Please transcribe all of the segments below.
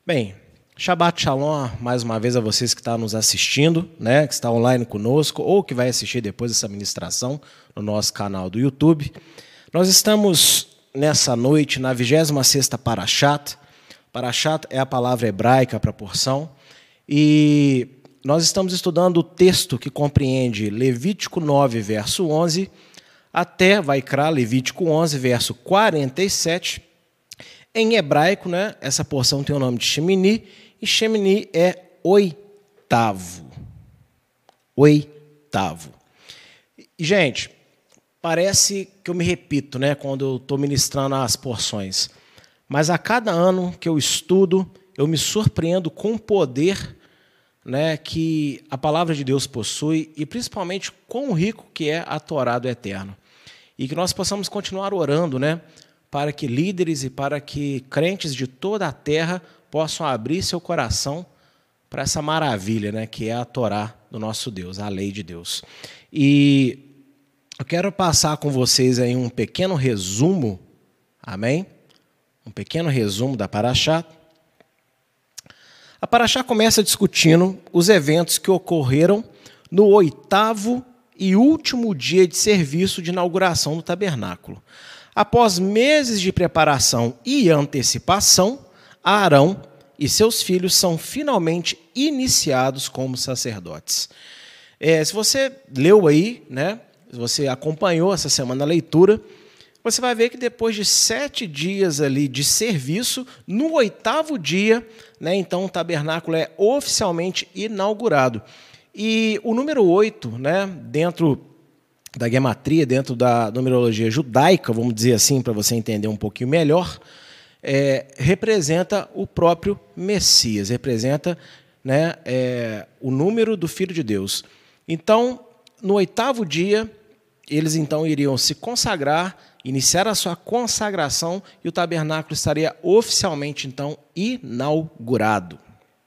Bem, Shabbat Shalom mais uma vez a vocês que estão nos assistindo, né, que está online conosco ou que vai assistir depois dessa ministração no nosso canal do YouTube. Nós estamos nessa noite na 26ª Parashat. Parashat é a palavra hebraica para porção. E nós estamos estudando o texto que compreende Levítico 9, verso 11, até Vaikra, Levítico 11, verso 47. Em hebraico, né, essa porção tem o nome de Shemini, e Shemini é oitavo. Oitavo. E, gente, parece que eu me repito, né, quando eu estou ministrando as porções, mas a cada ano que eu estudo, eu me surpreendo com o poder, né, que a palavra de Deus possui e principalmente quão rico que é a Torá do Eterno. E que nós possamos continuar orando, né, para que líderes e para que crentes de toda a terra possam abrir seu coração para essa maravilha, né, que é a Torá do nosso Deus, a lei de Deus. E eu quero passar com vocês aí um pequeno resumo, amém? Um pequeno resumo da Parashá. A Parashá começa discutindo os eventos que ocorreram no 8º e último dia de serviço de inauguração do tabernáculo. Após meses de preparação e antecipação, Arão e seus filhos são finalmente iniciados como sacerdotes. Se você leu aí, né, se você acompanhou essa semana a leitura, você vai ver que depois de 7 dias ali de serviço, no 8º dia, né, então o tabernáculo é oficialmente inaugurado. E o número 8, né, dentro da gematria, dentro da numerologia judaica, vamos dizer assim, para você entender um pouquinho melhor, representa o próprio Messias, representa, né, o número do Filho de Deus. Então, no 8º dia, eles então iriam se consagrar, iniciar a sua consagração e o tabernáculo estaria oficialmente então inaugurado.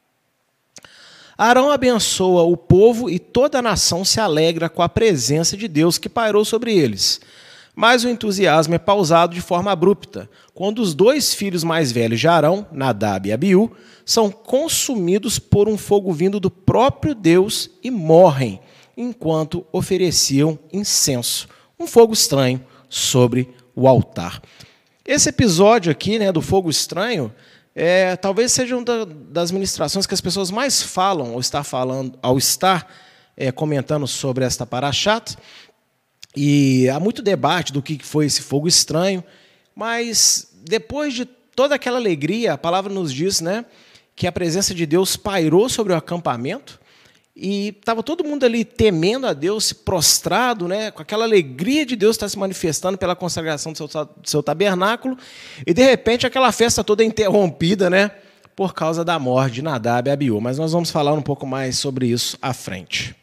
Arão abençoa o povo e toda a nação se alegra com a presença de Deus que pairou sobre eles. Mas o entusiasmo é pausado de forma abrupta, quando os 2 filhos mais velhos de Arão, Nadab e Abiú, são consumidos por um fogo vindo do próprio Deus e morrem, enquanto ofereciam incenso, um fogo estranho, sobre o altar. Esse episódio aqui, né, do fogo estranho, talvez seja uma das ministrações que as pessoas mais falam ao estar comentando sobre esta Parashat. E há muito debate do que foi esse fogo estranho, mas depois de toda aquela alegria, a palavra nos diz, né, que a presença de Deus pairou sobre o acampamento e estava todo mundo ali temendo a Deus, prostrado, né, com aquela alegria de Deus estar se manifestando pela consagração do seu tabernáculo, e de repente aquela festa toda interrompida, né, por causa da morte de Nadab e Abiú. Mas nós vamos falar um pouco mais sobre isso à frente.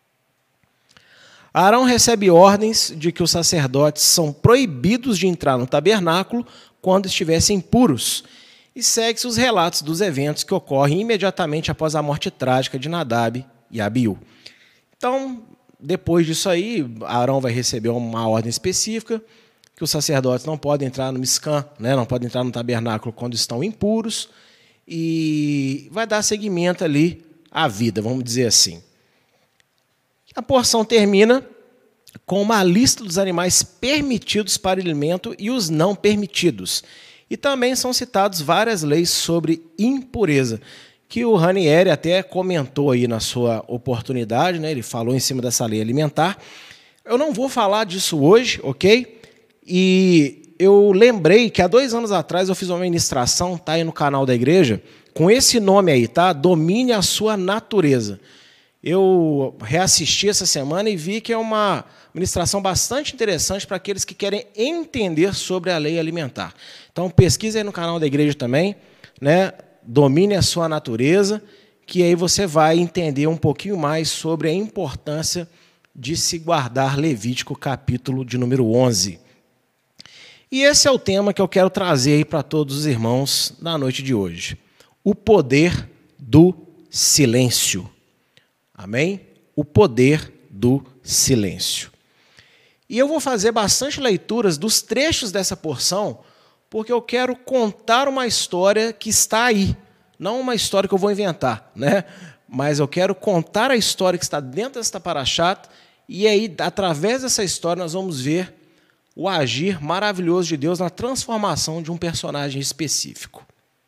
Arão recebe ordens de que os sacerdotes são proibidos de entrar no tabernáculo quando estivessem impuros, e segue-se os relatos dos eventos que ocorrem imediatamente após a morte trágica de Nadab e Abiú. Então, depois disso aí, Arão vai receber uma ordem específica, que os sacerdotes não podem entrar no Mishkan, né, não podem entrar no tabernáculo quando estão impuros, e vai dar seguimento ali à vida, vamos dizer assim. A porção termina com uma lista dos animais permitidos para alimento e os não permitidos. E também são citadas várias leis sobre impureza, que o Ranieri até comentou aí na sua oportunidade, né? Ele falou em cima dessa lei alimentar. Eu não vou falar disso hoje, ok? E eu lembrei que há 2 anos atrás eu fiz uma ministração, tá aí no canal da igreja, com esse nome aí, tá? Domine a sua natureza. Eu reassisti essa semana e vi que é uma ministração bastante interessante para aqueles que querem entender sobre a lei alimentar. Então, pesquisa aí no canal da igreja também, né? Domine a sua natureza, que aí você vai entender um pouquinho mais sobre a importância de se guardar Levítico, capítulo de número 11. E esse é o tema que eu quero trazer aí para todos os irmãos na noite de hoje. O poder do silêncio. Amém? O poder do silêncio. E eu vou fazer bastante leituras dos trechos dessa porção, porque eu quero contar uma história que está aí, não uma história que eu vou inventar, né? Mas eu quero contar a história que está dentro desta paraxá, e aí, através dessa história, nós vamos ver o agir maravilhoso de Deus na transformação de um personagem específico.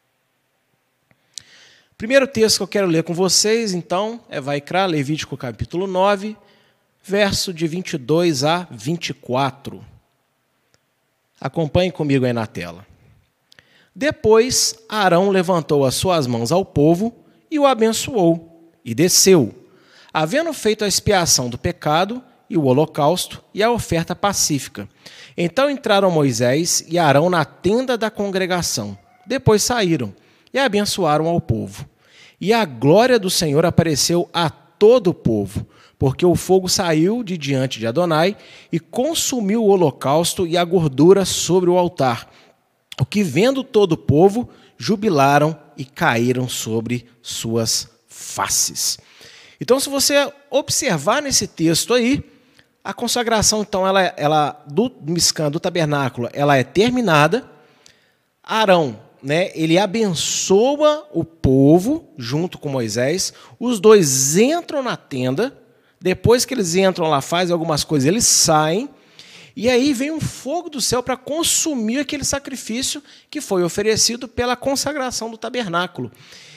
Primeiro texto que eu quero ler com vocês, então, é Vaikra, Levítico capítulo 9, verso de 22 a 24. Acompanhe comigo aí na tela. Depois, Arão levantou as suas mãos ao povo e o abençoou, e desceu, havendo feito a expiação do pecado e o holocausto e a oferta pacífica. Então entraram Moisés e Arão na tenda da congregação. Depois saíram e abençoaram ao povo. E a glória do Senhor apareceu a todo o povo, porque o fogo saiu de diante de Adonai e consumiu o holocausto e a gordura sobre o altar. O que, vendo todo o povo, jubilaram e caíram sobre suas faces. Então, se você observar nesse texto aí, a consagração, então, do Mishkan, do tabernáculo, ela é terminada. Arão, né, ele abençoa o povo junto com Moisés. Os dois entram na tenda. Depois que eles entram lá, fazem algumas coisas, eles saem. E aí vem um fogo do céu para consumir aquele sacrifício que foi oferecido pela consagração do tabernáculo.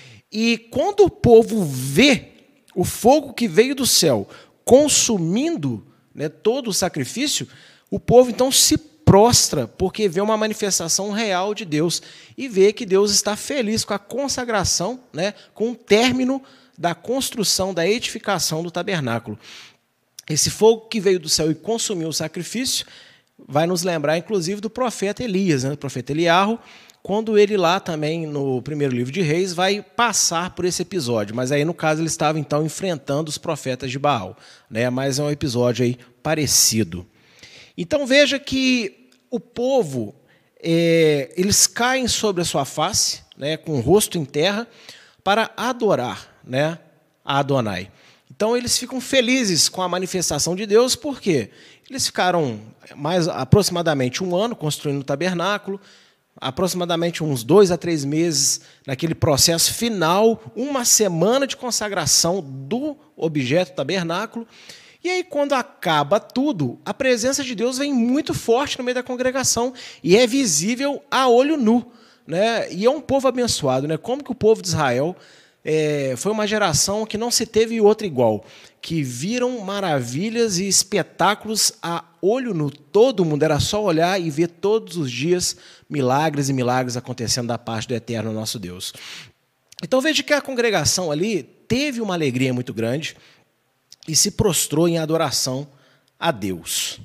E quando o povo vê o fogo que veio do céu consumindo, né, todo o sacrifício, o povo então se prostra, porque vê uma manifestação real de Deus e vê que Deus está feliz com a consagração, né, com o término da construção, da edificação do tabernáculo. Esse fogo que veio do céu e consumiu o sacrifício vai nos lembrar, inclusive, do profeta Elias, né, do profeta Eliarro, quando ele lá também, no primeiro livro de Reis, vai passar por esse episódio. Mas aí, no caso, ele estava, então, enfrentando os profetas de Baal, né? Mas é um episódio aí parecido. Então, veja que o povo, eles caem sobre a sua face, né, com o rosto em terra, para adorar, né, a Adonai. Então, eles ficam felizes com a manifestação de Deus, porque eles ficaram aproximadamente um ano construindo o tabernáculo, aproximadamente uns 2 a 3 meses naquele processo final, uma semana de consagração do objeto tabernáculo. E aí, quando acaba tudo, a presença de Deus vem muito forte no meio da congregação e é visível a olho nu, né? E é um povo abençoado, né? Como que o povo de Israel foi uma geração que não se teve outra igual, que viram maravilhas e espetáculos a olho nu. Todo mundo era só olhar e ver todos os dias milagres e milagres acontecendo da parte do eterno nosso Deus. Então veja que a congregação ali teve uma alegria muito grande e se prostrou em adoração a Deus.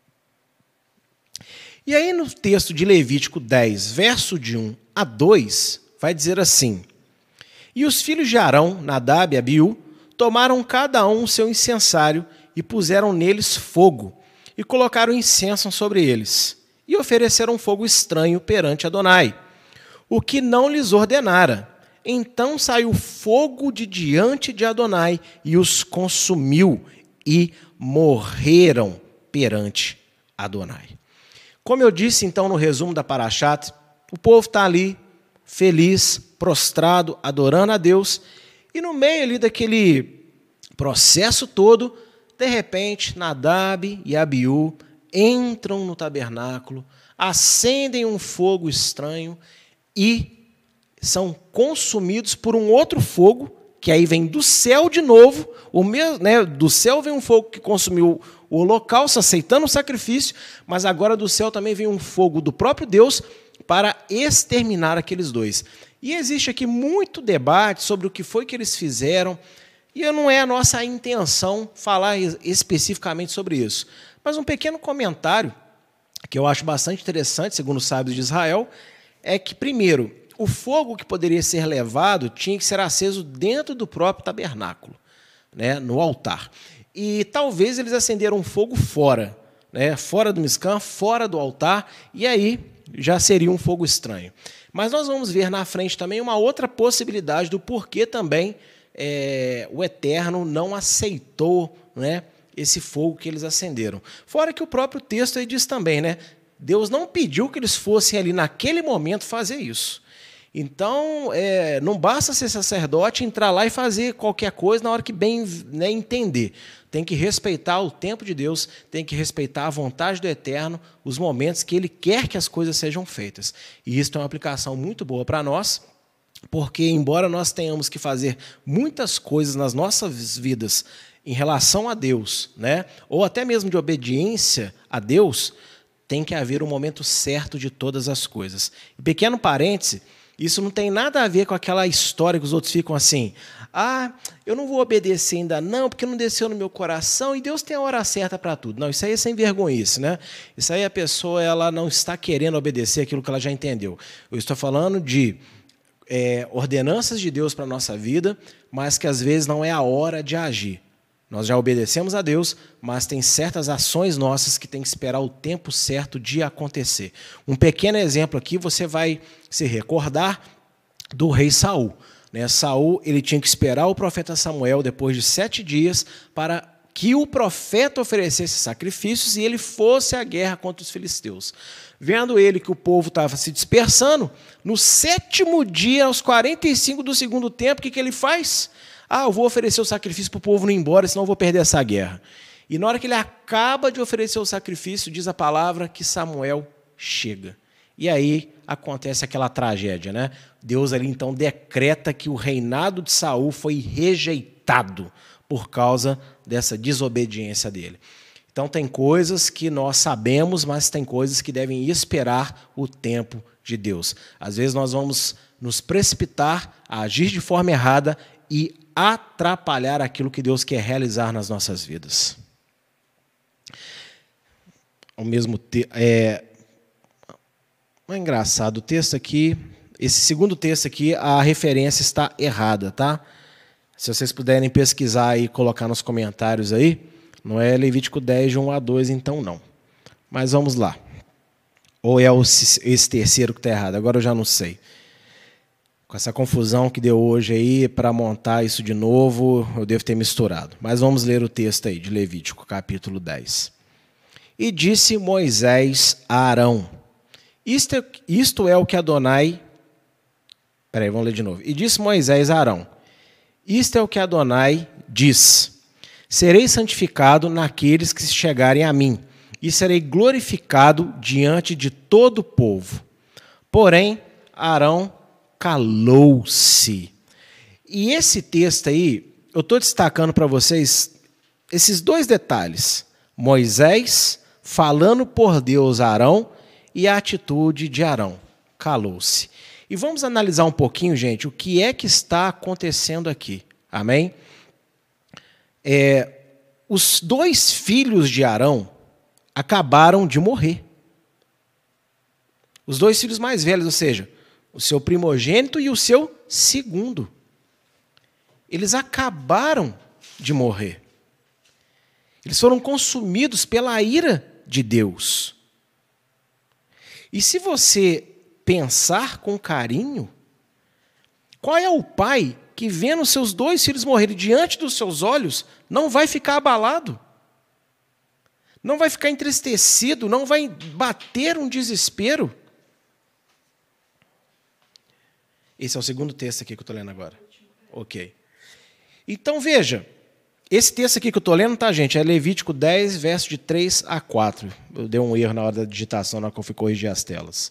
E aí no texto de Levítico 10, verso de 1 a 2, vai dizer assim: E os filhos de Arão, Nadab e Abiú, tomaram cada um o seu incensário e puseram neles fogo, e colocaram incenso sobre eles, e ofereceram fogo estranho perante Adonai, o que não lhes ordenara. Então saiu fogo de diante de Adonai, e os consumiu, e morreram perante Adonai. Como eu disse, então, no resumo da paraxá, o povo está ali, feliz, prostrado, adorando a Deus, e no meio ali daquele processo todo, de repente, Nadab e Abiú entram no tabernáculo, acendem um fogo estranho e são consumidos por um outro fogo, que aí vem do céu de novo, do céu vem um fogo que consumiu o holocausto, aceitando o sacrifício, mas agora do céu também vem um fogo do próprio Deus para exterminar aqueles dois. E existe aqui muito debate sobre o que foi que eles fizeram, e não é a nossa intenção falar especificamente sobre isso. Mas um pequeno comentário, que eu acho bastante interessante, segundo os sábios de Israel, é que, primeiro, o fogo que poderia ser levado tinha que ser aceso dentro do próprio tabernáculo, né, no altar. E talvez eles acenderam um fogo fora, né, fora do Mishkan, fora do altar, e aí já seria um fogo estranho. Mas nós vamos ver na frente também uma outra possibilidade do porquê também o Eterno não aceitou, né, esse fogo que eles acenderam. Fora que o próprio texto aí diz também, né, Deus não pediu que eles fossem ali naquele momento fazer isso. Então, não basta ser sacerdote, entrar lá e fazer qualquer coisa na hora que bem, né, entender. Tem que respeitar o tempo de Deus, tem que respeitar a vontade do Eterno, os momentos que Ele quer que as coisas sejam feitas. E isso tem uma aplicação muito boa para nós, porque, embora nós tenhamos que fazer muitas coisas nas nossas vidas em relação a Deus, né, ou até mesmo de obediência a Deus, tem que haver um momento certo de todas as coisas. E pequeno parêntese, isso não tem nada a ver com aquela história que os outros ficam assim, eu não vou obedecer ainda não, porque não desceu no meu coração, e Deus tem a hora certa para tudo. Não, isso aí é sem vergonhice, né? Isso aí a pessoa ela não está querendo obedecer aquilo que ela já entendeu. Eu estou falando de ordenanças de Deus para a nossa vida, mas que às vezes não é a hora de agir. Nós já obedecemos a Deus, mas tem certas ações nossas que tem que esperar o tempo certo de acontecer. Um pequeno exemplo aqui, você vai se recordar do rei Saul. Saul ele tinha que esperar o profeta Samuel depois de 7 dias para que o profeta oferecesse sacrifícios e ele fosse à guerra contra os filisteus. Vendo ele que o povo estava se dispersando, no 7º dia, aos 45 do segundo tempo, o que ele faz? Eu vou oferecer o sacrifício para o povo não ir embora, senão eu vou perder essa guerra. E na hora que ele acaba de oferecer o sacrifício, diz a palavra que Samuel chega. E aí acontece aquela tragédia, né? Deus ali então decreta que o reinado de Saul foi rejeitado por causa dessa desobediência dele. Então tem coisas que nós sabemos, mas tem coisas que devem esperar o tempo de Deus. Às vezes nós vamos nos precipitar a agir de forma errada e atrapalhar aquilo que Deus quer realizar nas nossas vidas. Ao mesmo tempo, é engraçado, o texto aqui, esse segundo texto aqui, a referência está errada, tá? Se vocês puderem pesquisar e colocar nos comentários aí, não é Levítico 10, de 1 a 2, então não. Mas vamos lá. Ou é esse terceiro que está errado? Agora eu já não sei. Com essa confusão que deu hoje aí, para montar isso de novo, eu devo ter misturado. Mas vamos ler o texto aí, de Levítico, capítulo 10. E disse Moisés a Arão, isto é o que Adonai... Peraí, vamos ler de novo. E disse Moisés a Arão, isto é o que Adonai diz, serei santificado naqueles que se chegarem a mim, e serei glorificado diante de todo o povo. Porém, Arão calou-se. E esse texto aí, eu estou destacando para vocês esses 2 detalhes. Moisés falando por Deus a Arão e a atitude de Arão. Calou-se. E vamos analisar um pouquinho, gente, o que é que está acontecendo aqui. Amém? Os 2 filhos de Arão acabaram de morrer. Os 2 filhos mais velhos, ou seja, o seu primogênito e o seu segundo. Eles acabaram de morrer. Eles foram consumidos pela ira de Deus. E se você pensar com carinho, qual é o pai que, vendo seus 2 filhos morrerem diante dos seus olhos, não vai ficar abalado? Não vai ficar entristecido? Não vai bater um desespero? Esse é o segundo texto aqui que eu estou lendo agora. Ok. Então, veja, esse texto aqui que eu estou lendo, tá, gente? É Levítico 10, verso de 3 a 4. Eu dei um erro na hora da digitação, na hora que eu fui corrigir as telas.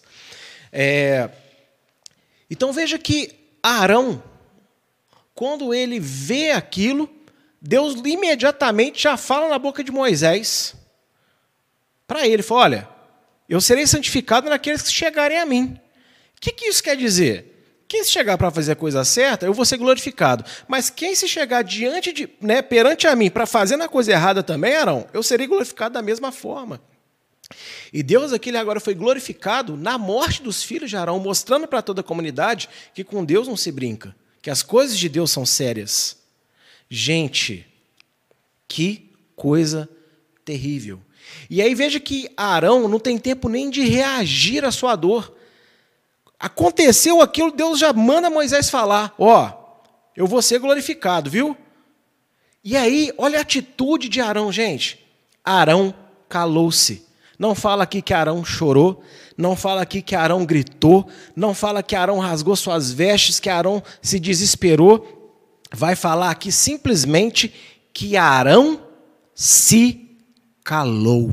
Então, veja que Arão, quando ele vê aquilo, Deus imediatamente já fala na boca de Moisés para ele, fala, olha, eu serei santificado naqueles que chegarem a mim. O que isso quer dizer? Quem se chegar para fazer a coisa certa, eu vou ser glorificado. Mas quem se chegar perante a mim para fazer a coisa errada também, Arão, eu serei glorificado da mesma forma. E Deus aqui ele agora foi glorificado na morte dos filhos de Arão, mostrando para toda a comunidade que com Deus não se brinca, que as coisas de Deus são sérias. Gente, que coisa terrível. E aí veja que Arão não tem tempo nem de reagir à sua dor. Aconteceu aquilo, Deus já manda Moisés falar, eu vou ser glorificado, viu? E aí, olha a atitude de Arão, gente. Arão calou-se. Não fala aqui que Arão chorou, não fala aqui que Arão gritou, não fala que Arão rasgou suas vestes, que Arão se desesperou. Vai falar aqui simplesmente que Arão se calou.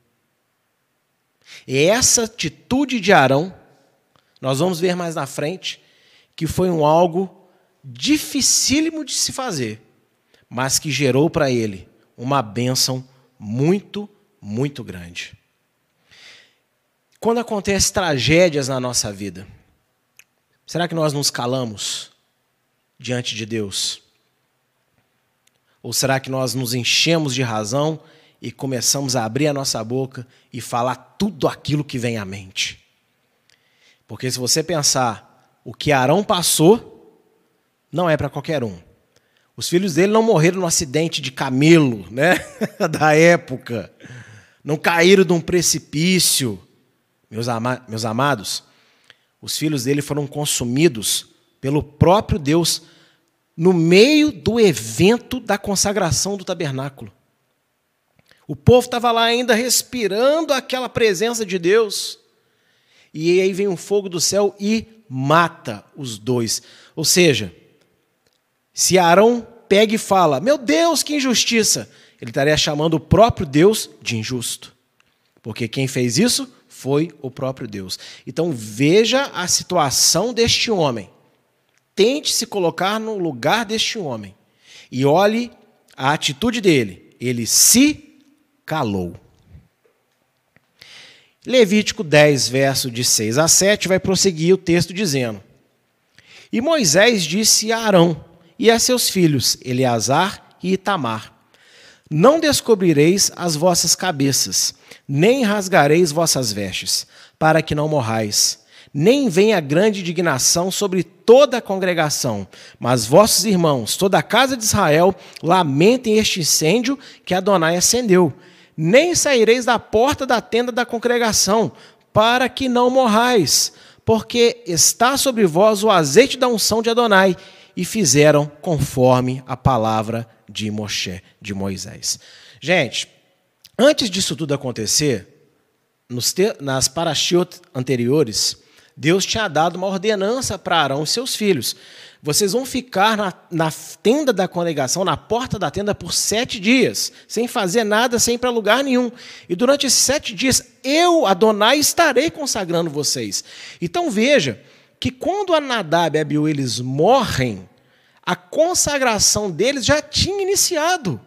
E essa atitude de Arão, nós vamos ver mais na frente, que foi algo dificílimo de se fazer, mas que gerou para ele uma bênção muito, muito grande. Quando acontecem tragédias na nossa vida, será que nós nos calamos diante de Deus? Ou será que nós nos enchemos de razão e começamos a abrir a nossa boca e falar tudo aquilo que vem à mente? Porque se você pensar, o que Arão passou não é para qualquer um. Os filhos dele não morreram num acidente de camelo, né? Da época. Não caíram de um precipício. Meus amados, os filhos dele foram consumidos pelo próprio Deus no meio do evento da consagração do tabernáculo. O povo estava lá ainda respirando aquela presença de Deus. E aí vem um fogo do céu e mata os dois. Ou seja, se Arão pega e fala, meu Deus, que injustiça, ele estaria chamando o próprio Deus de injusto. Porque quem fez isso foi o próprio Deus. Então veja a situação deste homem. Tente se colocar no lugar deste homem. E olhe a atitude dele. Ele se calou. Levítico 10, verso de 6 a 7, vai prosseguir o texto dizendo: E Moisés disse a Arão e a seus filhos, Eleazar e Itamar: Não descobrireis as vossas cabeças, nem rasgareis vossas vestes, para que não morrais. Nem venha grande indignação sobre toda a congregação, mas vossos irmãos, toda a casa de Israel, lamentem este incêndio que Adonai acendeu. Nem saireis da porta da tenda da congregação, para que não morrais, porque está sobre vós o azeite da unção de Adonai. E fizeram conforme a palavra de Moshe, de Moisés. Gente, antes disso tudo acontecer, nas parashiot anteriores, Deus tinha dado uma ordenança para Arão e seus filhos. Vocês vão ficar na tenda da congregação, na porta da tenda, por 7 dias, sem fazer nada, sem ir para lugar nenhum. E durante esses 7 dias, eu, Adonai, estarei consagrando vocês. Então veja que quando a Nadab e Abiú eles morrem, a consagração deles já tinha iniciado.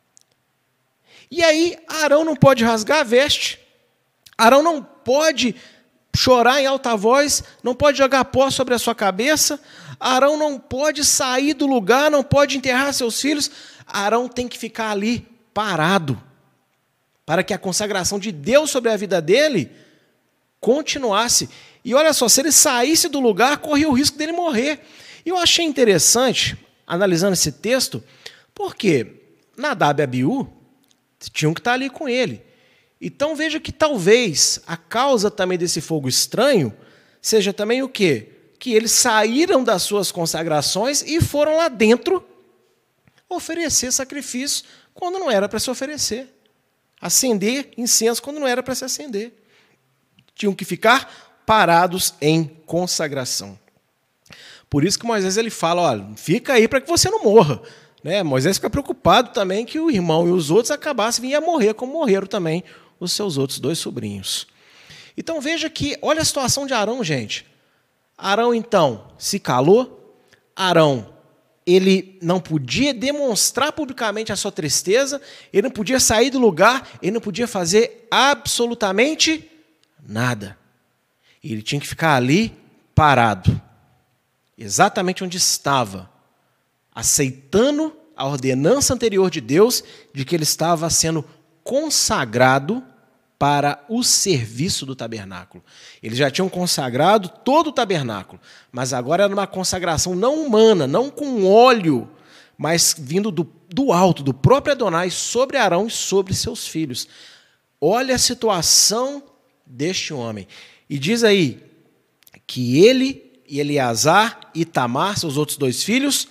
E aí, Arão não pode rasgar a veste, Arão não pode chorar em alta voz, não pode jogar pó sobre a sua cabeça, Arão não pode sair do lugar, não pode enterrar seus filhos. Arão tem que ficar ali parado, para que a consagração de Deus sobre a vida dele continuasse. E olha só, se ele saísse do lugar, corria o risco dele morrer. E eu achei interessante, analisando esse texto, porque Nadab e Abiú tinham que estar ali com ele. Então veja que talvez a causa também desse fogo estranho seja também o quê? Que eles saíram das suas consagrações e foram lá dentro oferecer sacrifício quando não era para se oferecer. Acender incenso quando não era para se acender. Tinham que ficar parados em consagração. Por isso que Moisés ele fala, olha, fica aí para que você não morra. Né? Moisés fica preocupado também que o irmão e os outros acabassem vir a morrer, como morreram também os seus outros 2 sobrinhos. Então veja que, olha a situação de Arão, gente. Arão, então, se calou. Arão, ele não podia demonstrar publicamente a sua tristeza, ele não podia sair do lugar, ele não podia fazer absolutamente nada. Ele tinha que ficar ali parado, exatamente onde estava, aceitando a ordenança anterior de Deus de que ele estava sendo consagrado para o serviço do tabernáculo. Eles já tinham consagrado todo o tabernáculo, mas agora era uma consagração não humana, não com óleo, mas vindo do alto, do próprio Adonai, sobre Arão e sobre seus filhos. Olha a situação deste homem. E diz aí que ele e Eleazar e Itamar, seus outros 2 filhos,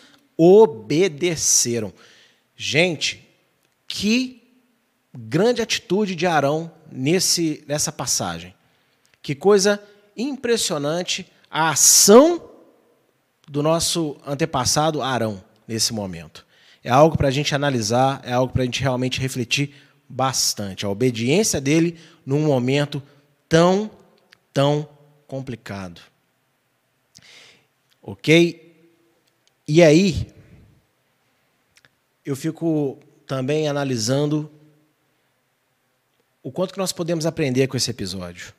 obedeceram. Gente, que grande atitude de Arão nessa passagem. Que coisa impressionante a ação do nosso antepassado Arão nesse momento. É algo para a gente analisar, é algo para a gente realmente refletir bastante. A obediência dele num momento tão complicado. Ok? E aí, eu fico também analisando o quanto que nós podemos aprender com esse episódio.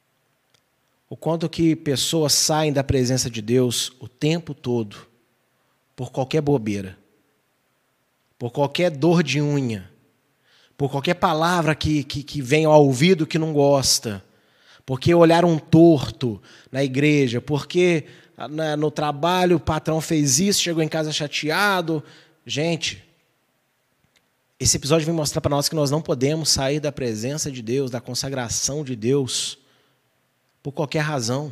O quanto que pessoas saem da presença de Deus o tempo todo por qualquer bobeira, por qualquer dor de unha, por qualquer palavra que vem ao ouvido que não gosta, porque olharam torto na igreja, porque no trabalho o patrão fez isso, chegou em casa chateado. Gente, esse episódio vem mostrar para nós que nós não podemos sair da presença de Deus, da consagração de Deus, por qualquer razão.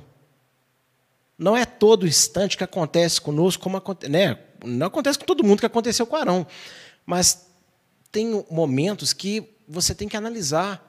Não é todo instante que acontece conosco, não acontece com todo mundo que aconteceu com Arão, mas tem momentos que você tem que analisar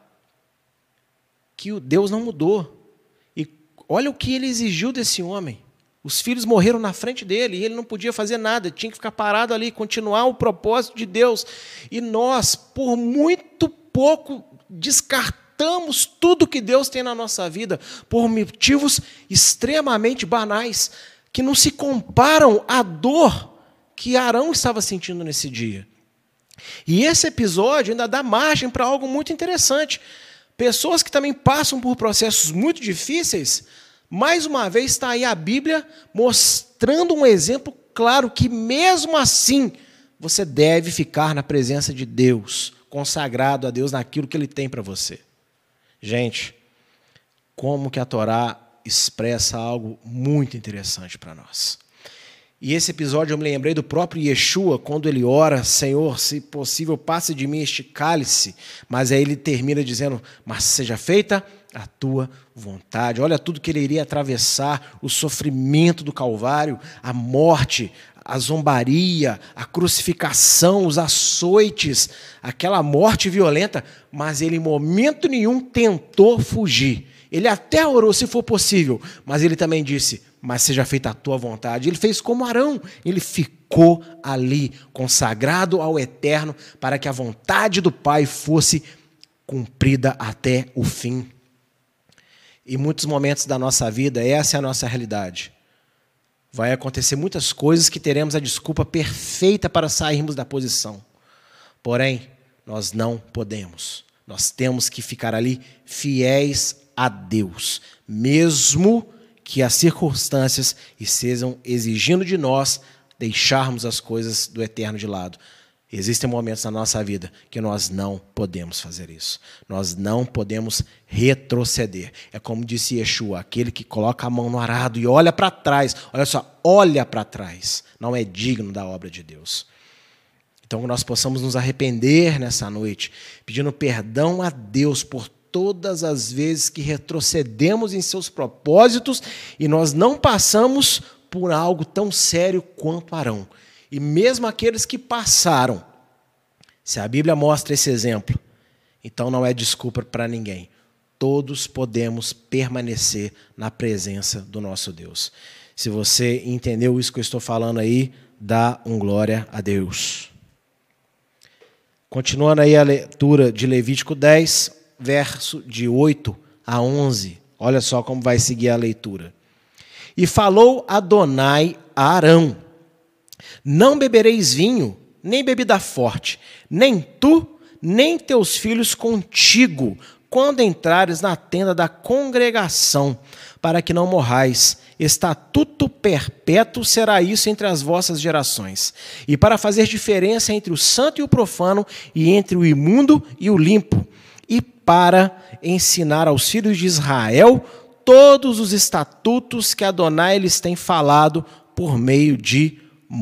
que o Deus não mudou. E olha o que ele exigiu desse homem. Os filhos morreram na frente dele e ele não podia fazer nada, tinha que ficar parado ali, continuar o propósito de Deus. E nós, por muito pouco, descartamos tudo que Deus tem na nossa vida por motivos extremamente banais, que não se comparam à dor que Arão estava sentindo nesse dia. E esse episódio ainda dá margem para algo muito interessante. Pessoas que também passam por processos muito difíceis, mais uma vez está aí a Bíblia mostrando um exemplo claro que mesmo assim você deve ficar na presença de Deus, consagrado a Deus naquilo que Ele tem para você. Gente, como que a Torá expressa algo muito interessante para nós. E esse episódio eu me lembrei do próprio Yeshua, quando ele ora, Senhor, se possível, passe de mim este cálice. Mas aí ele termina dizendo, mas seja feita a tua vontade. Olha tudo que ele iria atravessar, o sofrimento do Calvário, a morte, a zombaria, a crucificação, os açoites, aquela morte violenta, mas ele em momento nenhum tentou fugir. Ele até orou se for possível, mas ele também disse, mas seja feita a tua vontade. Ele fez como Arão, ele ficou ali, consagrado ao Eterno, para que a vontade do Pai fosse cumprida até o fim. Em muitos momentos da nossa vida, essa é a nossa realidade. Vai acontecer muitas coisas que teremos a desculpa perfeita para sairmos da posição. Porém, nós não podemos. Nós temos que ficar ali fiéis a Deus, mesmo que as circunstâncias estejam exigindo de nós deixarmos as coisas do Eterno de lado. Existem momentos na nossa vida que nós não podemos fazer isso. Nós não podemos retroceder. É como disse Yeshua, aquele que coloca a mão no arado e olha para trás. Olha só, olha para trás. Não é digno da obra de Deus. Então, que nós possamos nos arrepender nessa noite, pedindo perdão a Deus por todas as vezes que retrocedemos em seus propósitos e nós não passamos por algo tão sério quanto Arão. E mesmo aqueles que passaram, se a Bíblia mostra esse exemplo, então não é desculpa para ninguém. Todos podemos permanecer na presença do nosso Deus. Se você entendeu isso que eu estou falando aí, dá glória a Deus. Continuando aí a leitura de Levítico 10, verso de 8 a 11. Olha só como vai seguir a leitura. E falou Adonai a Arão, não bebereis vinho, nem bebida forte, nem tu, nem teus filhos contigo, quando entrares na tenda da congregação, para que não morrais. Estatuto perpétuo será isso entre as vossas gerações. E para fazer diferença entre o santo e o profano, e entre o imundo e o limpo, e para ensinar aos filhos de Israel todos os estatutos que Adonai lhes tem falado por meio de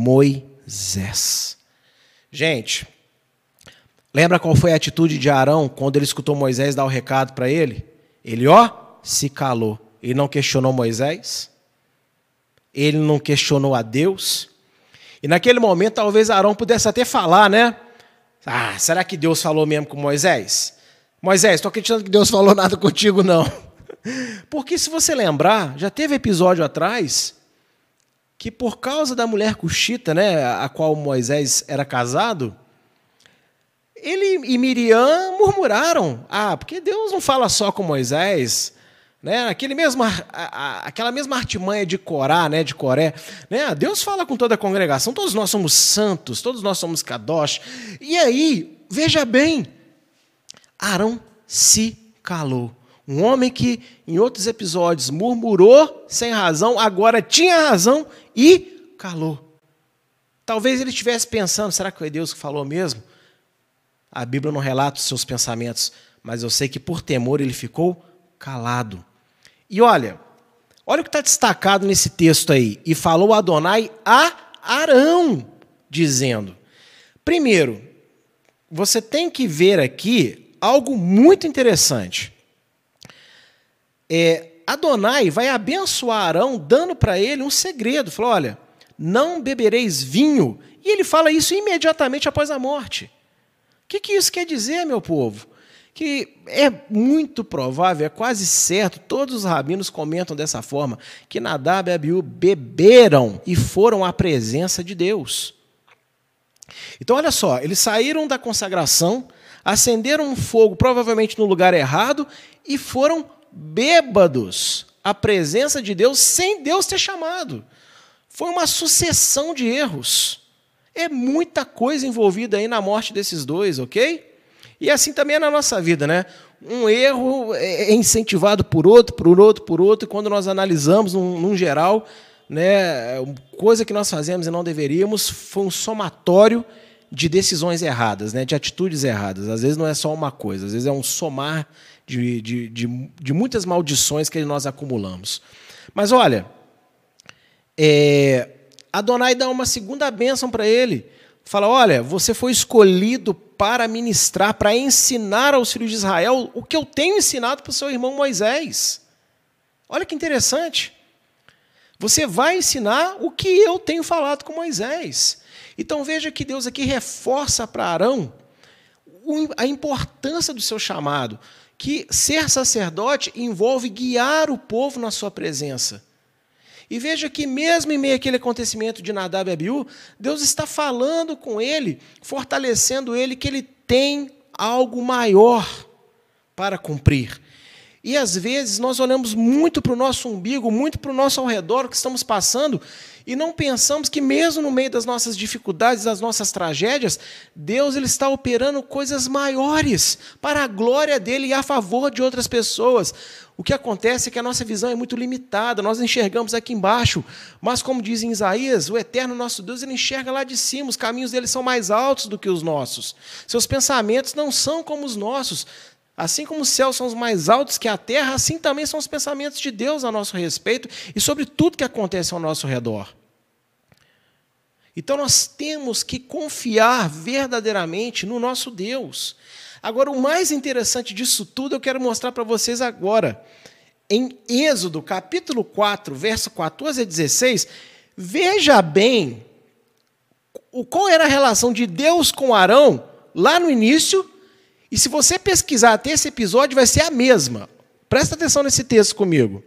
Moisés. Gente, lembra qual foi a atitude de Arão quando ele escutou Moisés dar o recado para ele? Ele, se calou. Ele não questionou Moisés. Ele não questionou a Deus. E naquele momento, talvez Arão pudesse até falar, né? Será que Deus falou mesmo com Moisés? Moisés, estou acreditando que Deus falou nada contigo, não. Porque se você lembrar, já teve episódio atrás que por causa da mulher cuxita, né, a qual Moisés era casado, ele e Miriam murmuraram. Porque Deus não fala só com Moisés, né? Aquela mesma artimanha de Corá, né, de Coré, né? Deus fala com toda a congregação, todos nós somos santos, todos nós somos kadosh. E aí, veja bem, Arão se calou. Um homem que, em outros episódios, murmurou sem razão, agora tinha razão e calou. Talvez ele estivesse pensando, será que foi Deus que falou mesmo? A Bíblia não relata os seus pensamentos, mas eu sei que por temor ele ficou calado. E olha o que está destacado nesse texto aí. E falou Adonai a Arão, dizendo. Primeiro, você tem que ver aqui algo muito interessante. Adonai vai abençoar Arão, dando para ele um segredo. Falou, olha, não bebereis vinho. E ele fala isso imediatamente após a morte. O que isso quer dizer, meu povo? Que é muito provável, é quase certo, todos os rabinos comentam dessa forma, que Nadab e Abiú beberam e foram à presença de Deus. Então, olha só, eles saíram da consagração, acenderam um fogo, provavelmente no lugar errado, e foram bêbados à presença de Deus, sem Deus ter chamado. Foi uma sucessão de erros. É muita coisa envolvida aí na morte desses dois, ok? E assim também é na nossa vida, né? Um erro é incentivado por outro, e quando nós analisamos num geral, né, coisa que nós fazemos e não deveríamos, foi um somatório de decisões erradas, né, de atitudes erradas. Às vezes não é só uma coisa, às vezes é um somar de muitas maldições que nós acumulamos. Mas olha, Adonai dá uma segunda bênção para ele. Fala, olha, você foi escolhido para ministrar, para ensinar aos filhos de Israel o que eu tenho ensinado para o seu irmão Moisés. Olha que interessante. Você vai ensinar o que eu tenho falado com Moisés. Então veja que Deus aqui reforça para Arão a importância do seu chamado, que ser sacerdote envolve guiar o povo na sua presença. E veja que mesmo em meio àquele acontecimento de Nadab e Abiú, Deus está falando com ele, fortalecendo ele, que ele tem algo maior para cumprir. E às vezes nós olhamos muito para o nosso umbigo, muito para o nosso ao redor, o que estamos passando, e não pensamos que mesmo no meio das nossas dificuldades, das nossas tragédias, Deus ele está operando coisas maiores para a glória dele e a favor de outras pessoas. O que acontece é que a nossa visão é muito limitada, nós enxergamos aqui embaixo, mas como diz em Isaías, o eterno nosso Deus, ele enxerga lá de cima, os caminhos dele são mais altos do que os nossos, seus pensamentos não são como os nossos. Assim como os céus são os mais altos que a terra, assim também são os pensamentos de Deus a nosso respeito e sobre tudo que acontece ao nosso redor. Então nós temos que confiar verdadeiramente no nosso Deus. Agora, o mais interessante disso tudo eu quero mostrar para vocês agora. Em Êxodo, capítulo 4, verso 14 a 16, veja bem qual era a relação de Deus com Arão lá no início. E se você pesquisar até esse episódio, vai ser a mesma. Presta atenção nesse texto comigo.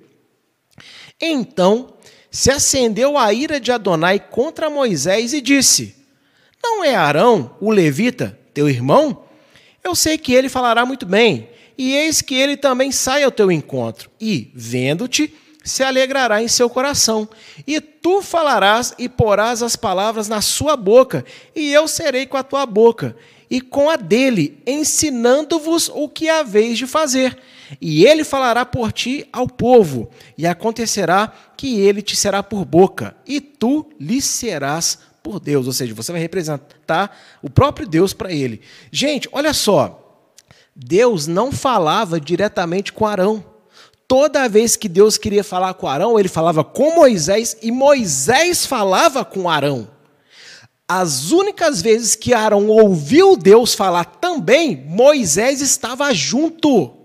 Então, se acendeu a ira de Adonai contra Moisés e disse, não é Arão, o levita, teu irmão? Eu sei que ele falará muito bem, e eis que ele também sai ao teu encontro, e, vendo-te, se alegrará em seu coração. E tu falarás e porás as palavras na sua boca, e eu serei com a tua boca, e com a dele, ensinando-vos o que haveis de fazer. E ele falará por ti ao povo, e acontecerá que ele te será por boca, e tu lhe serás por Deus. Ou seja, você vai representar o próprio Deus para ele. Gente, olha só, Deus não falava diretamente com Arão. Toda vez que Deus queria falar com Arão, ele falava com Moisés, e Moisés falava com Arão. As únicas vezes que Arão ouviu Deus falar também, Moisés estava junto.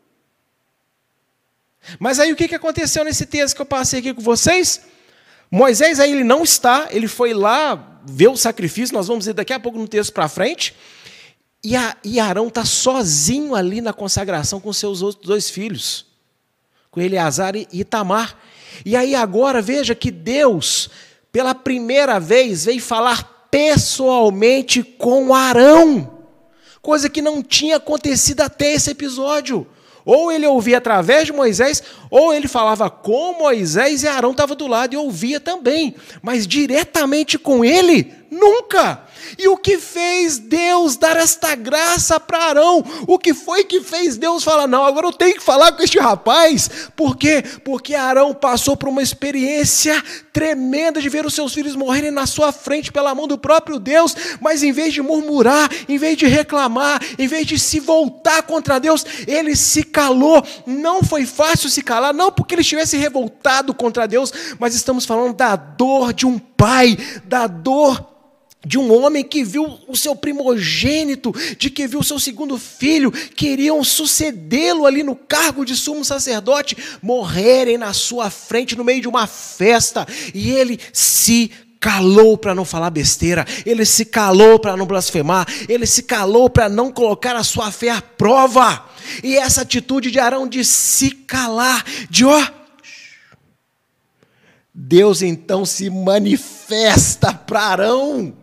Mas aí o que aconteceu nesse texto que eu passei aqui com vocês? Moisés aí ele não está, ele foi lá ver o sacrifício, nós vamos ver daqui a pouco no texto para frente, E Arão está sozinho ali na consagração com seus outros 2 filhos, com Eleazar e Itamar. E aí agora veja que Deus, pela primeira vez, veio falar pessoalmente com Arão, coisa que não tinha acontecido até esse episódio. Ou ele ouvia através de Moisés, ou ele falava com Moisés e Arão estava do lado e ouvia também. Mas diretamente com ele, nunca. E o que fez Deus dar esta graça para Arão? O que foi que fez Deus falar, não, agora eu tenho que falar com este rapaz? Por quê? Porque Arão passou por uma experiência tremenda de ver os seus filhos morrerem na sua frente pela mão do próprio Deus, mas em vez de murmurar, em vez de reclamar, em vez de se voltar contra Deus, ele se calou. Não foi fácil se calar, não porque ele estivesse revoltado contra Deus, mas estamos falando da dor de um pai, da dor de um homem que viu o seu primogênito, de que viu o seu segundo filho, queriam sucedê-lo ali no cargo de sumo sacerdote, morrerem na sua frente no meio de uma festa, e ele se calou para não falar besteira, ele se calou para não blasfemar, ele se calou para não colocar a sua fé à prova. E essa atitude de Arão de se calar, Deus então se manifesta para Arão.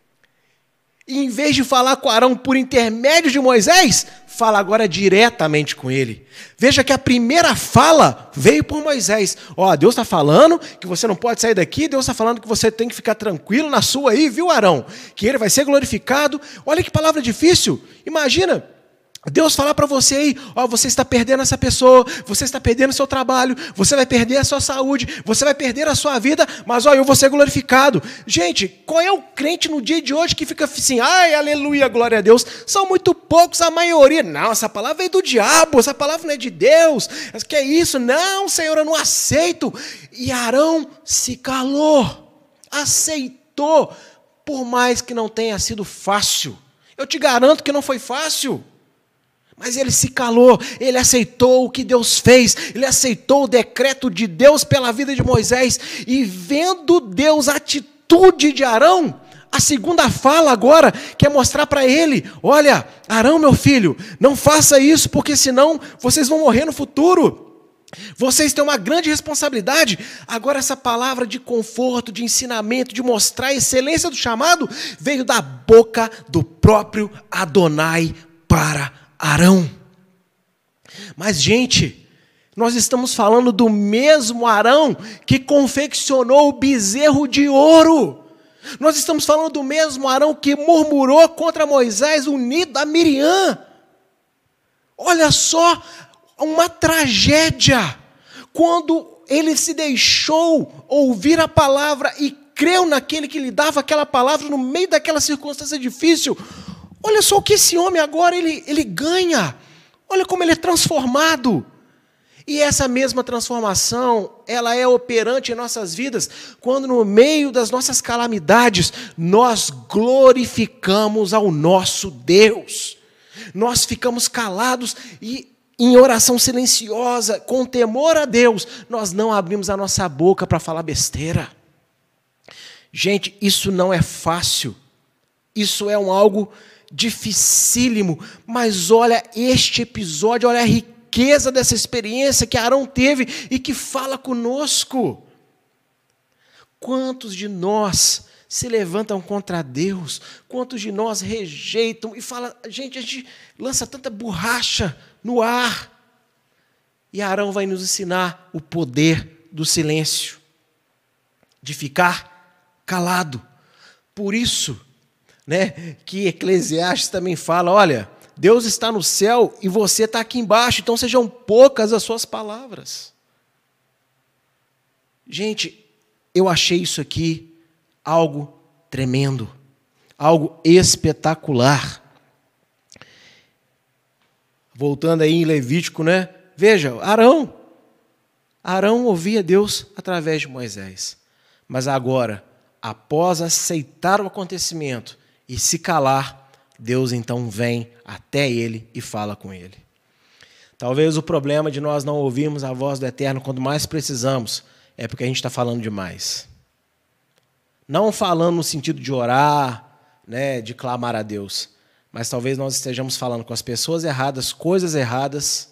E em vez de falar com Arão por intermédio de Moisés, fala agora diretamente com ele. Veja que a primeira fala veio por Moisés. Deus está falando que você não pode sair daqui, Deus está falando que você tem que ficar tranquilo na sua aí, viu, Arão? Que ele vai ser glorificado. Olha que palavra difícil. Imagina Deus falar para você aí, você está perdendo essa pessoa, você está perdendo seu trabalho, você vai perder a sua saúde, você vai perder a sua vida, mas eu vou ser glorificado. Gente, qual é o crente no dia de hoje que fica assim, ai, aleluia, glória a Deus? São muito poucos, a maioria. Não, essa palavra veio do diabo, essa palavra não é de Deus. Que é isso? Não, Senhor, eu não aceito. E Arão se calou, aceitou, por mais que não tenha sido fácil. Eu te garanto que não foi fácil. Mas ele se calou, ele aceitou o que Deus fez, ele aceitou o decreto de Deus pela vida de Moisés, e vendo Deus a atitude de Arão, a segunda fala agora quer mostrar para ele, olha, Arão, meu filho, não faça isso, porque senão vocês vão morrer no futuro. Vocês têm uma grande responsabilidade. Agora essa palavra de conforto, de ensinamento, de mostrar a excelência do chamado, veio da boca do próprio Adonai para Arão. Mas, gente, nós estamos falando do mesmo Arão que confeccionou o bezerro de ouro. Nós estamos falando do mesmo Arão que murmurou contra Moisés unido a Miriam. Olha só, uma tragédia. Quando ele se deixou ouvir a palavra e creu naquele que lhe dava aquela palavra no meio daquela circunstância difícil. Olha só o que esse homem agora ele ganha. Olha como ele é transformado. E essa mesma transformação, ela é operante em nossas vidas, quando no meio das nossas calamidades, nós glorificamos ao nosso Deus. Nós ficamos calados e em oração silenciosa, com temor a Deus, nós não abrimos a nossa boca para falar besteira. Gente, isso não é fácil. Isso é algo dificílimo, mas olha este episódio, olha a riqueza dessa experiência que Arão teve e que fala conosco. Quantos de nós se levantam contra Deus? Quantos de nós rejeitam e falam, gente, a gente lança tanta borracha no ar. E Arão vai nos ensinar o poder do silêncio, de ficar calado. Por isso, que Eclesiastes também fala, olha, Deus está no céu e você está aqui embaixo, então sejam poucas as suas palavras. Gente, eu achei isso aqui algo tremendo, algo espetacular. Voltando aí em Levítico, Veja, Arão ouvia Deus através de Moisés, mas agora, após aceitar o acontecimento e se calar, Deus então vem até ele e fala com ele. Talvez o problema de nós não ouvirmos a voz do Eterno quando mais precisamos é porque a gente está falando demais. Não falando no sentido de orar, de clamar a Deus, mas talvez nós estejamos falando com as pessoas erradas, coisas erradas,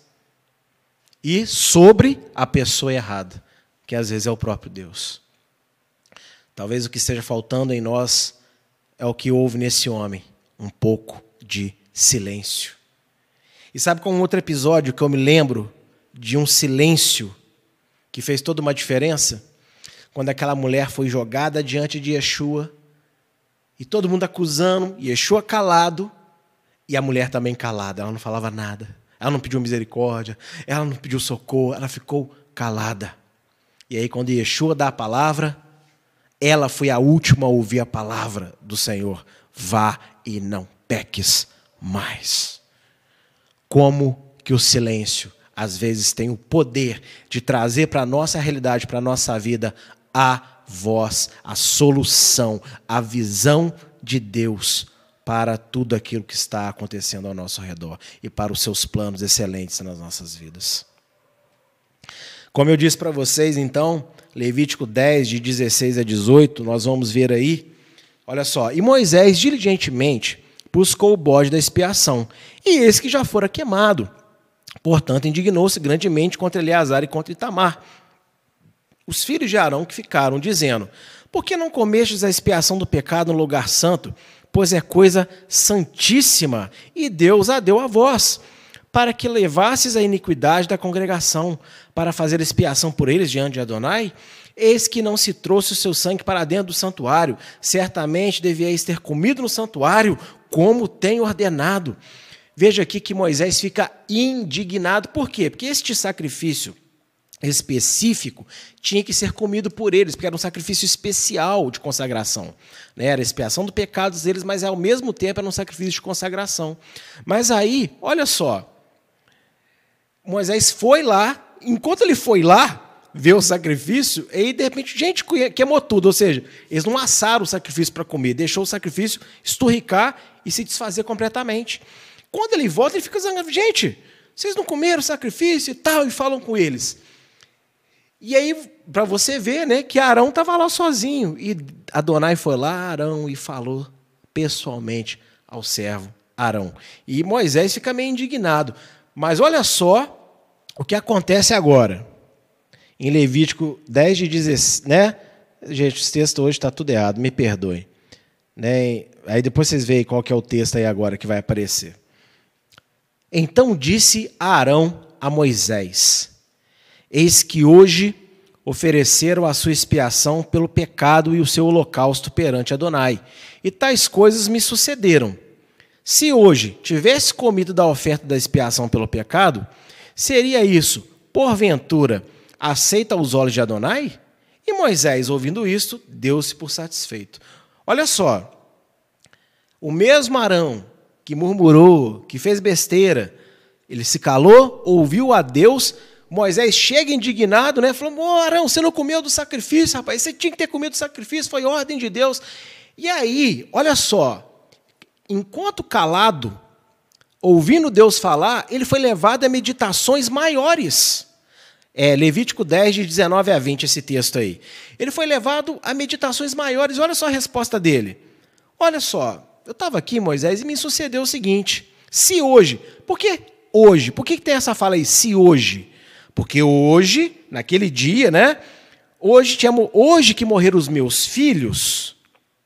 e sobre a pessoa errada, que às vezes é o próprio Deus. Talvez o que esteja faltando em nós é o que houve nesse homem, um pouco de silêncio. E sabe qual é um outro episódio que eu me lembro de um silêncio que fez toda uma diferença? Quando aquela mulher foi jogada diante de Yeshua, e todo mundo acusando, Yeshua calado, e a mulher também calada, ela não falava nada. Ela não pediu misericórdia, ela não pediu socorro, ela ficou calada. E aí quando Yeshua dá a palavra, ela foi a última a ouvir a palavra do Senhor. Vá e não peques mais. Como que o silêncio, às vezes, tem o poder de trazer para a nossa realidade, para a nossa vida, a voz, a solução, a visão de Deus para tudo aquilo que está acontecendo ao nosso redor e para os seus planos excelentes nas nossas vidas. Como eu disse para vocês, então, Levítico 10, de 16 a 18, nós vamos ver aí, olha só, e Moisés diligentemente buscou o bode da expiação, e esse que já fora queimado. Portanto, indignou-se grandemente contra Eleazar e contra Itamar, os filhos de Arão, que ficaram, dizendo: por que não comestes a expiação do pecado no lugar santo? Pois é coisa santíssima, e Deus a deu a vós, para que levasses a iniquidade da congregação, para fazer expiação por eles diante de Adonai. Eis que não se trouxe o seu sangue para dentro do santuário, certamente devíeis ter comido no santuário, como tem ordenado. Veja aqui que Moisés fica indignado. Por quê? Porque este sacrifício específico tinha que ser comido por eles, porque era um sacrifício especial de consagração. Era a expiação do pecado deles, mas ao mesmo tempo era um sacrifício de consagração. Mas aí, olha só, Moisés foi lá, enquanto ele foi lá ver o sacrifício, e de repente, gente, queimou tudo, ou seja, eles não assaram o sacrifício para comer, deixou o sacrifício esturricar e se desfazer completamente. Quando ele volta, ele fica zangado: gente, vocês não comeram o sacrifício e tal, e falam com eles. E aí, para você ver, né, que Arão estava lá sozinho, e Adonai foi lá, Arão, e falou pessoalmente ao servo Arão. E Moisés fica meio indignado. Mas olha só o que acontece agora. Em Levítico 10, de 16, né? Gente, esse texto hoje está tudo errado, me perdoem. Né? Aí depois vocês veem qual que é o texto aí agora que vai aparecer. Então disse Arão a Moisés: eis que hoje ofereceram a sua expiação pelo pecado e o seu holocausto perante Adonai, e tais coisas me sucederam. Se hoje tivesse comido da oferta da expiação pelo pecado, seria isso, porventura, aceita aos olhos de Adonai? E Moisés, ouvindo isto, deu-se por satisfeito. Olha só, o mesmo Arão que murmurou, que fez besteira, ele se calou, ouviu a Deus. Moisés chega indignado, né? Falou: Arão, você não comeu do sacrifício, rapaz, você tinha que ter comido do sacrifício, foi ordem de Deus. E aí, olha só, enquanto calado, ouvindo Deus falar, ele foi levado a meditações maiores. Levítico 10, de 19 a 20, esse texto aí. Ele foi levado a meditações maiores. Olha só a resposta dele. Olha só, eu estava aqui, Moisés, e me sucedeu o seguinte: se hoje, por que hoje? Por que tem essa fala aí, se hoje? Porque hoje, naquele dia, né? Hoje que morreram os meus filhos,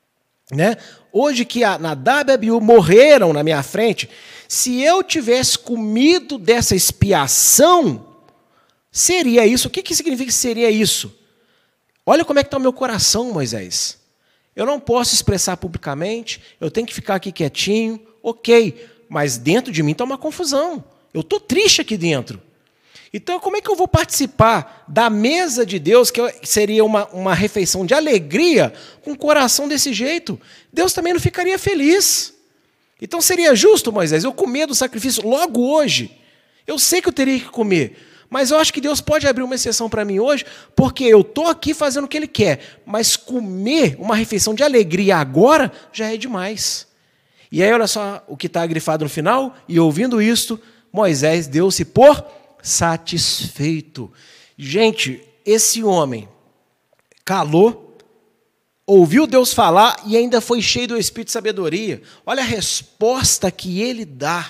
né? Hoje que Nadab e Abiú morreram na minha frente, se eu tivesse comido dessa expiação, seria isso. O que significa que seria isso? Olha como é que está o meu coração, Moisés. Eu não posso expressar publicamente, eu tenho que ficar aqui quietinho, ok, mas dentro de mim está uma confusão. Eu estou triste aqui dentro. Então, como é que eu vou participar da mesa de Deus, que seria uma refeição de alegria, com o coração desse jeito? Deus também não ficaria feliz. Então, seria justo, Moisés, eu comer do sacrifício logo hoje? Eu sei que eu teria que comer, mas eu acho que Deus pode abrir uma exceção para mim hoje, porque eu estou aqui fazendo o que Ele quer, mas comer uma refeição de alegria agora já é demais. E aí, olha só o que está grifado no final, e ouvindo isto, Moisés deu-se por satisfeito. Gente, esse homem calou, ouviu Deus falar e ainda foi cheio do Espírito de sabedoria. Olha a resposta que ele dá.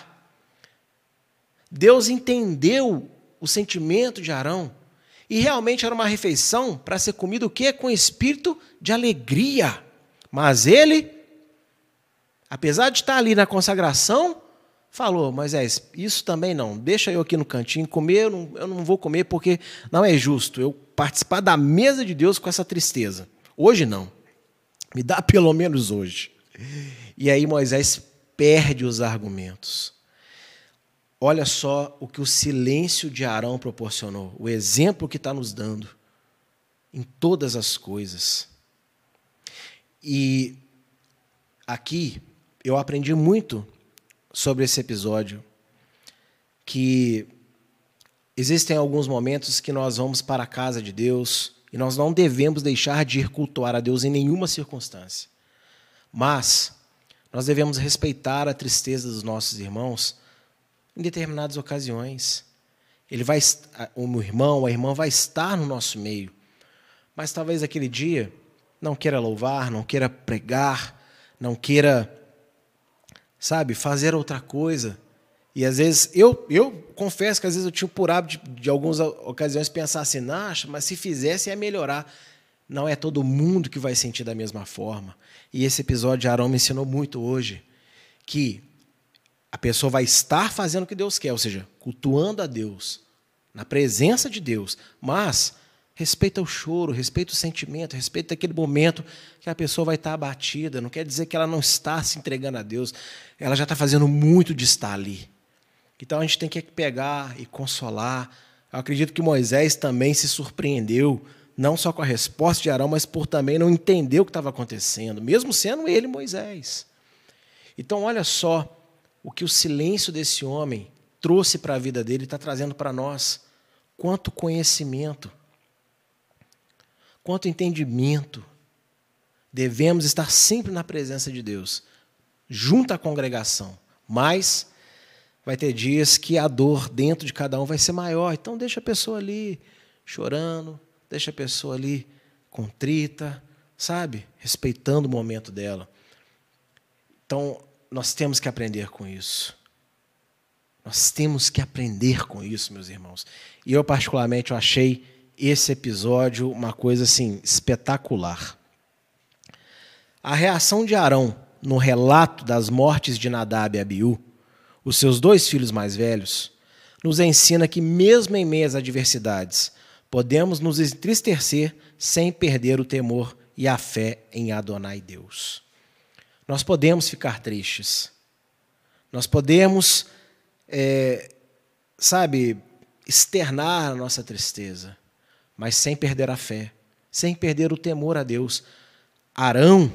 Deus entendeu o sentimento de Arão e realmente era uma refeição para ser comida o quê? Com espírito de alegria. Mas ele, apesar de estar ali na consagração, falou: Moisés, isso também não, deixa eu aqui no cantinho comer, eu não vou comer porque não é justo eu participar da mesa de Deus com essa tristeza. Hoje não, me dá pelo menos hoje. E aí Moisés perde os argumentos. Olha só o que o silêncio de Arão proporcionou, o exemplo que está nos dando em todas as coisas. E aqui eu aprendi muito sobre esse episódio, que existem alguns momentos que nós vamos para a casa de Deus e nós não devemos deixar de ir cultuar a Deus em nenhuma circunstância. Mas nós devemos respeitar a tristeza dos nossos irmãos em determinadas ocasiões. O irmão, a irmã vai estar no nosso meio, mas talvez aquele dia não queira louvar, não queira pregar, não queira, fazer outra coisa. E às vezes, eu confesso que às vezes eu tinha por hábito de algumas ocasiões pensar assim, mas se fizesse ia melhorar. Não é todo mundo que vai sentir da mesma forma. E esse episódio de Arão me ensinou muito hoje, que a pessoa vai estar fazendo o que Deus quer, ou seja, cultuando a Deus, na presença de Deus, mas respeita o choro, respeita o sentimento, respeita aquele momento que a pessoa vai estar abatida. Não quer dizer que ela não está se entregando a Deus, ela já está fazendo muito de estar ali. Então a gente tem que pegar e consolar. Eu acredito que Moisés também se surpreendeu, não só com a resposta de Arão, mas por também não entender o que estava acontecendo, mesmo sendo ele Moisés. Então olha só o que o silêncio desse homem trouxe para a vida dele e está trazendo para nós. Quanto conhecimento, quanto entendimento. Devemos estar sempre na presença de Deus, junto à congregação. Mas vai ter dias que a dor dentro de cada um vai ser maior. Então deixa a pessoa ali chorando, deixa a pessoa ali contrita, respeitando o momento dela. Então, nós temos que aprender com isso. Nós temos que aprender com isso, meus irmãos. E eu, particularmente, eu achei esse episódio uma coisa assim espetacular. A reação de Arão no relato das mortes de Nadab e Abiú, os seus 2 filhos mais velhos, nos ensina que, mesmo em meio às adversidades, podemos nos entristecer sem perder o temor e a fé em Adonai Deus. Nós podemos ficar tristes. Nós podemos, externar a nossa tristeza, mas sem perder a fé, sem perder o temor a Deus. Arão,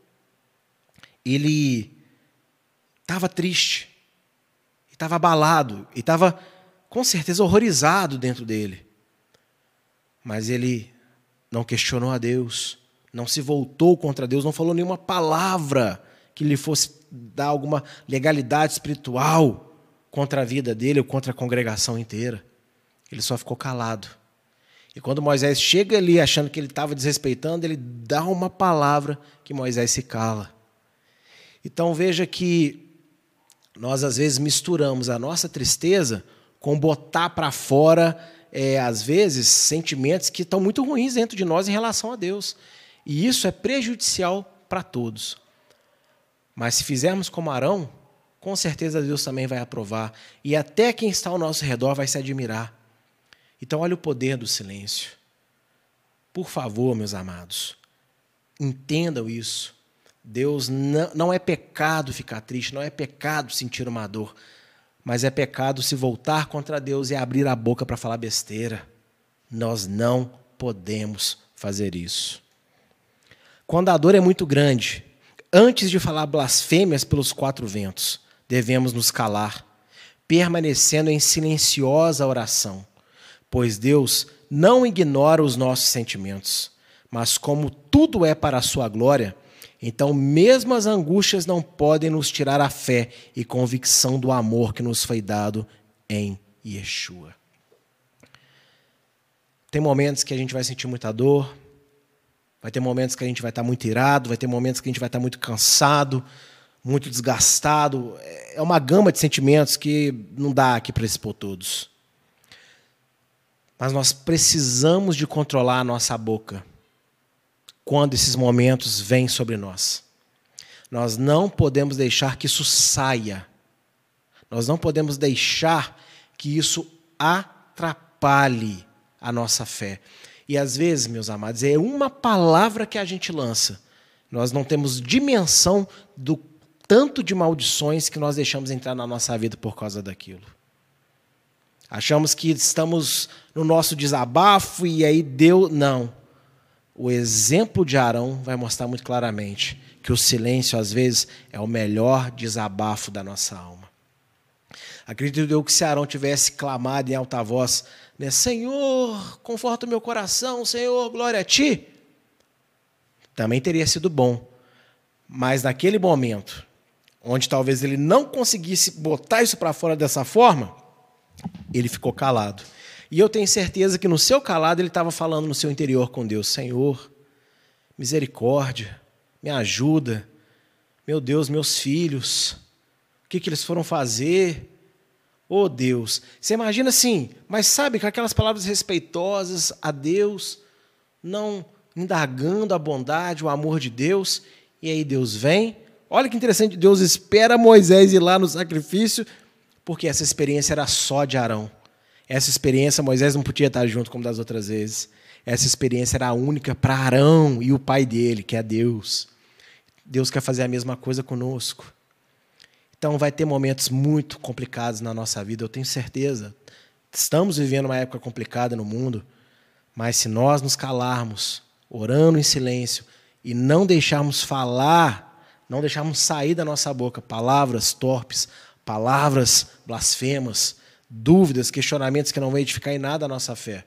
ele estava triste, estava abalado, e estava, com certeza, horrorizado dentro dele. Mas ele não questionou a Deus, não se voltou contra Deus, não falou nenhuma palavra que lhe fosse dar alguma legalidade espiritual contra a vida dele ou contra a congregação inteira. Ele só ficou calado. E quando Moisés chega ali achando que ele estava desrespeitando, ele dá uma palavra que Moisés se cala. Então veja que nós às vezes misturamos a nossa tristeza com botar para fora, às vezes, sentimentos que estão muito ruins dentro de nós em relação a Deus. E isso é prejudicial para todos. Mas se fizermos como Arão, com certeza Deus também vai aprovar. E até quem está ao nosso redor vai se admirar. Então, olha o poder do silêncio. Por favor, meus amados, entendam isso. Deus não é pecado ficar triste, não é pecado sentir uma dor, mas é pecado se voltar contra Deus e abrir a boca para falar besteira. Nós não podemos fazer isso. Quando a dor é muito grande, antes de falar blasfêmias pelos 4 ventos, devemos nos calar, permanecendo em silenciosa oração, pois Deus não ignora os nossos sentimentos, mas como tudo é para a sua glória, então mesmo as angústias não podem nos tirar a fé e convicção do amor que nos foi dado em Yeshua. Tem momentos que a gente vai sentir muita dor, Vai ter momentos que a gente vai estar muito irado, vai ter momentos que a gente vai estar muito cansado, muito desgastado. É uma gama de sentimentos que não dá aqui para expor todos. Mas nós precisamos de controlar a nossa boca quando esses momentos vêm sobre nós. Nós não podemos deixar que isso saia. Nós não podemos deixar que isso atrapalhe a nossa fé. E às vezes, meus amados, é uma palavra que a gente lança. Nós não temos dimensão do tanto de maldições que nós deixamos entrar na nossa vida por causa daquilo. Achamos que estamos no nosso desabafo e aí Deus... Não. O exemplo de Arão vai mostrar muito claramente que o silêncio, às vezes, é o melhor desabafo da nossa alma. Acredito eu que se Arão tivesse clamado em alta voz, né, Senhor, conforta o meu coração, Senhor, glória a Ti, também teria sido bom. Mas naquele momento, onde talvez ele não conseguisse botar isso para fora dessa forma, ele ficou calado. E eu tenho certeza que no seu calado ele estava falando no seu interior com Deus, Senhor, misericórdia, me ajuda, meu Deus, meus filhos, o que eles foram fazer? Oh, Deus, você imagina assim, mas sabe, com aquelas palavras respeitosas a Deus, não indagando a bondade, o amor de Deus, e aí Deus vem. Olha que interessante, Deus espera Moisés ir lá no sacrifício, porque essa experiência era só de Arão. Essa experiência, Moisés não podia estar junto como das outras vezes. Essa experiência era única para Arão e o pai dele, que é Deus. Deus quer fazer a mesma coisa conosco. Então vai ter momentos muito complicados na nossa vida, eu tenho certeza. Estamos vivendo uma época complicada no mundo, mas se nós nos calarmos, orando em silêncio, e não deixarmos falar, não deixarmos sair da nossa boca palavras torpes, palavras blasfemas, dúvidas, questionamentos que não vão edificar em nada a nossa fé,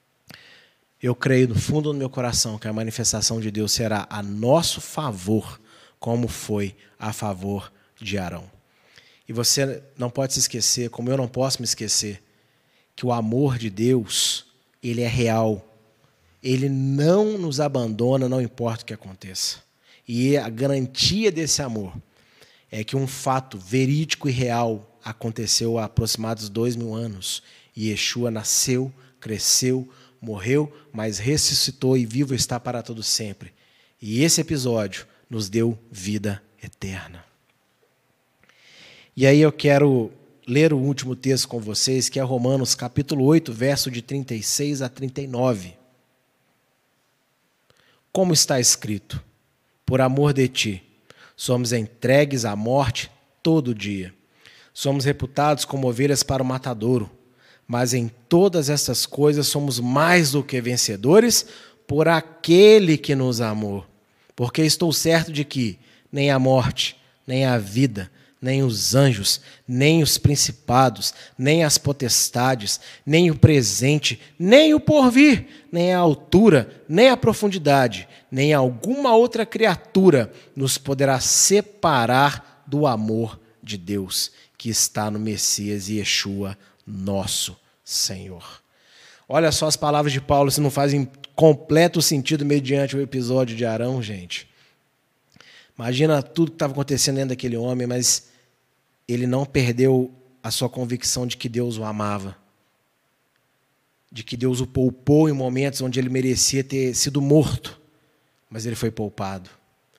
eu creio no fundo do meu coração que a manifestação de Deus será a nosso favor, como foi a favor de Arão. E você não pode se esquecer, como eu não posso me esquecer, que o amor de Deus, ele é real. Ele não nos abandona, não importa o que aconteça. E a garantia desse amor é que um fato verídico e real aconteceu há aproximados 2000 anos. E Yeshua nasceu, cresceu, morreu, mas ressuscitou e vivo está para todo sempre. E esse episódio nos deu vida eterna. E aí eu quero ler o último texto com vocês, que é Romanos capítulo 8, verso de 36 a 39. Como está escrito, por amor de ti, somos entregues à morte todo dia. Somos reputados como ovelhas para o matadouro, mas em todas estas coisas somos mais do que vencedores por aquele que nos amou. Porque estou certo de que nem a morte, nem a vida, nem os anjos, nem os principados, nem as potestades, nem o presente, nem o porvir, nem a altura, nem a profundidade, nem alguma outra criatura nos poderá separar do amor de Deus que está no Messias e Yeshua, nosso Senhor. Olha só as palavras de Paulo, se não fazem completo sentido mediante o episódio de Arão, gente. Imagina tudo que estava acontecendo dentro daquele homem, mas ele não perdeu a sua convicção de que Deus o amava, de que Deus o poupou em momentos onde ele merecia ter sido morto, mas ele foi poupado.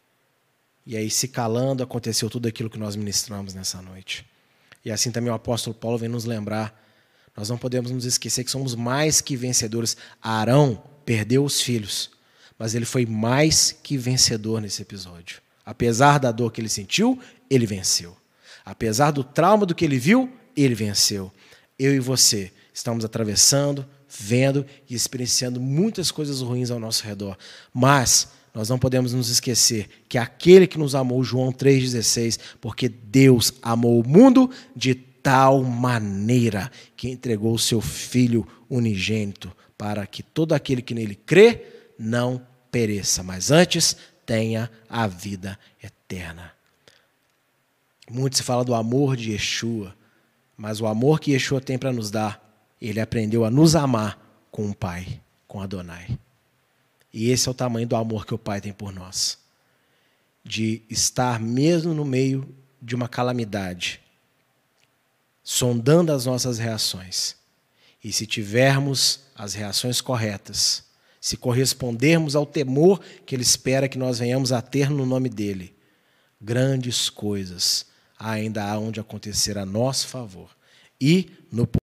E aí, se calando, aconteceu tudo aquilo que nós ministramos nessa noite. E assim também o apóstolo Paulo vem nos lembrar, nós não podemos nos esquecer que somos mais que vencedores. Arão perdeu os filhos, mas ele foi mais que vencedor nesse episódio. Apesar da dor que ele sentiu, ele venceu. Apesar do trauma do que ele viu, ele venceu. Eu e você estamos atravessando, vendo e experienciando muitas coisas ruins ao nosso redor. Mas nós não podemos nos esquecer que aquele que nos amou, João 3,16, porque Deus amou o mundo de tal maneira que entregou o seu Filho unigênito para que todo aquele que nele crê não pereça, mas antes tenha a vida eterna. Muito se fala do amor de Yeshua, mas o amor que Yeshua tem para nos dar, ele aprendeu a nos amar com o Pai, com Adonai. E esse é o tamanho do amor que o Pai tem por nós. De estar mesmo no meio de uma calamidade, sondando as nossas reações. E se tivermos as reações corretas, se correspondermos ao temor que Ele espera que nós venhamos a ter no nome dEle, grandes coisas ainda há onde acontecer a nosso favor. E no